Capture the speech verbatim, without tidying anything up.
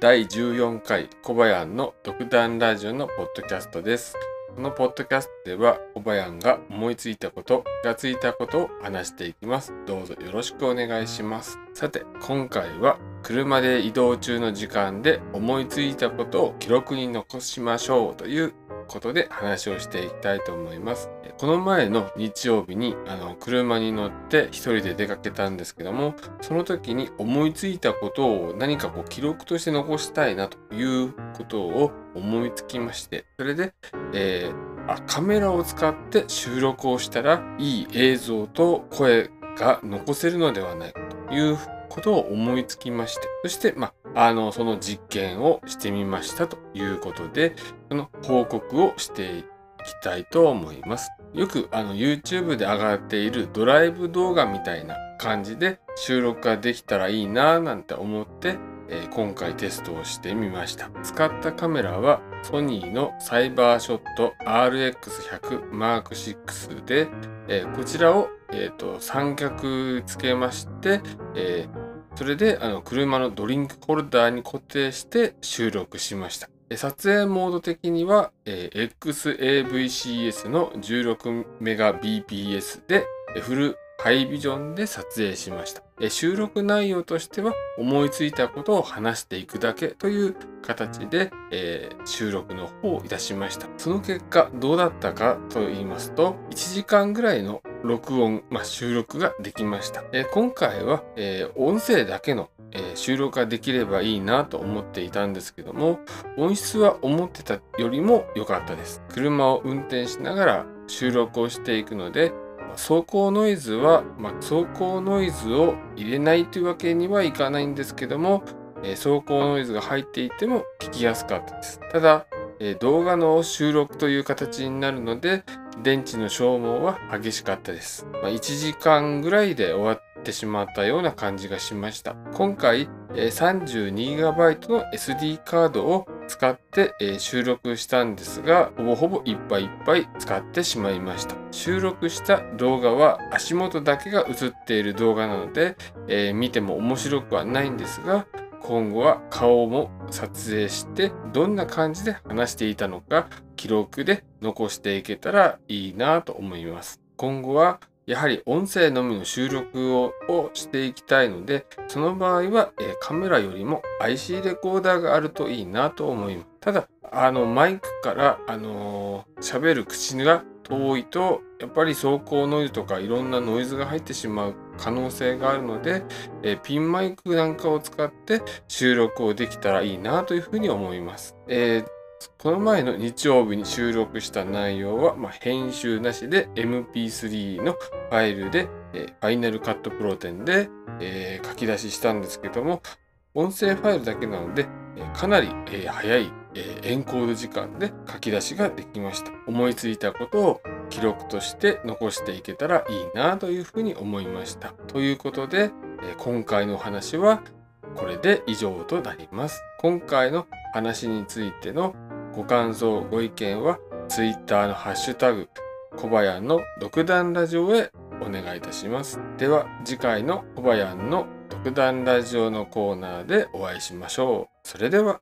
だいじゅうよんかいコバヤンの独断ラジオのポッドキャストです。このポッドキャストではコバヤンが思いついたこと、気がついたことを話していきます。どうぞよろしくお願いします。さて、今回は車で移動中の時間で思いついたことを記録に残しましょうということで話をしていきたいと思います。この前の日曜日にあの車に乗って一人で出かけたんですけども、その時に思いついたことを何かこう記録として残したいなということを思いつきまして、それで、えー、あカメラを使って収録をしたらいい映像と声が残せるのではないかということを思いつきまして、そして、まあ、あのその実験をしてみましたということで、その報告をしていきたいと思います。よくあの YouTube で上がっているドライブ動画みたいな感じで収録ができたらいいななんて思って、えー、今回テストをしてみました。使ったカメラはソニーのサイバーショット アールエックスひゃくマークシックス で、えー、こちらを、えーと、三脚つけまして、えーそれであの車のドリンクホルダーに固定して収録しました。撮影モード的には エックスエーブイシーエス の じゅうろくメガビーピーエス でフルハイビジョンで撮影しました。収録内容としては思いついたことを話していくだけという形で、えー、収録の方をいたしました。その結果どうだったかと言いますと、いちじかんぐらいの録音、まあ、収録ができました。えー、今回は、えー、音声だけの、えー、収録ができればいいなと思っていたんですけども、音質は思ってたよりも良かったです。車を運転しながら収録をしていくので、走行ノイズは、まあ、走行ノイズを入れないというわけにはいかないんですけども、えー、走行ノイズが入っていても聞きやすかったです。ただ、えー、動画の収録という形になるので、電池の消耗は激しかったです。まあ、いちじかんぐらいで終わってしまったような感じがしました。今回、えー、さんじゅうにギガバイト の エスディー カードを使って、えー、収録したんですが、ほぼほぼいっぱいいっぱい使ってしまいました。収録した動画は足元だけが映っている動画なので、えー、見ても面白くはないんですが、今後は顔も撮影してどんな感じで話していたのか記録で残していけたらいいなと思います。今後はやはり音声のみの収録ををしていきたいので、その場合は、えー、カメラよりも アイシー レコーダーがあるといいなと思います。ただあのマイクからあのー、喋る口が遠いとやっぱり走行ノイズとかいろんなノイズが入ってしまう可能性があるので、えー、ピンマイクなんかを使って収録をできたらいいなというふうに思います。えーこの前の日曜日に収録した内容は、まあ、編集なしで エムピースリー のファイルで、えー、Final Cut Pro テンで、えー、書き出ししたんですけども、音声ファイルだけなので、えー、かなり、えー、早い、えー、エンコード時間で書き出しができました。思いついたことを記録として残していけたらいいなというふうに思いました。ということで、えー、今回のお話はこれで以上となります。今回の話についてのご感想、ご意見は Twitter のハッシュタグコバヤンの独断ラジオへお願いいたします。では次回のコバヤンの独断ラジオのコーナーでお会いしましょう。それでは。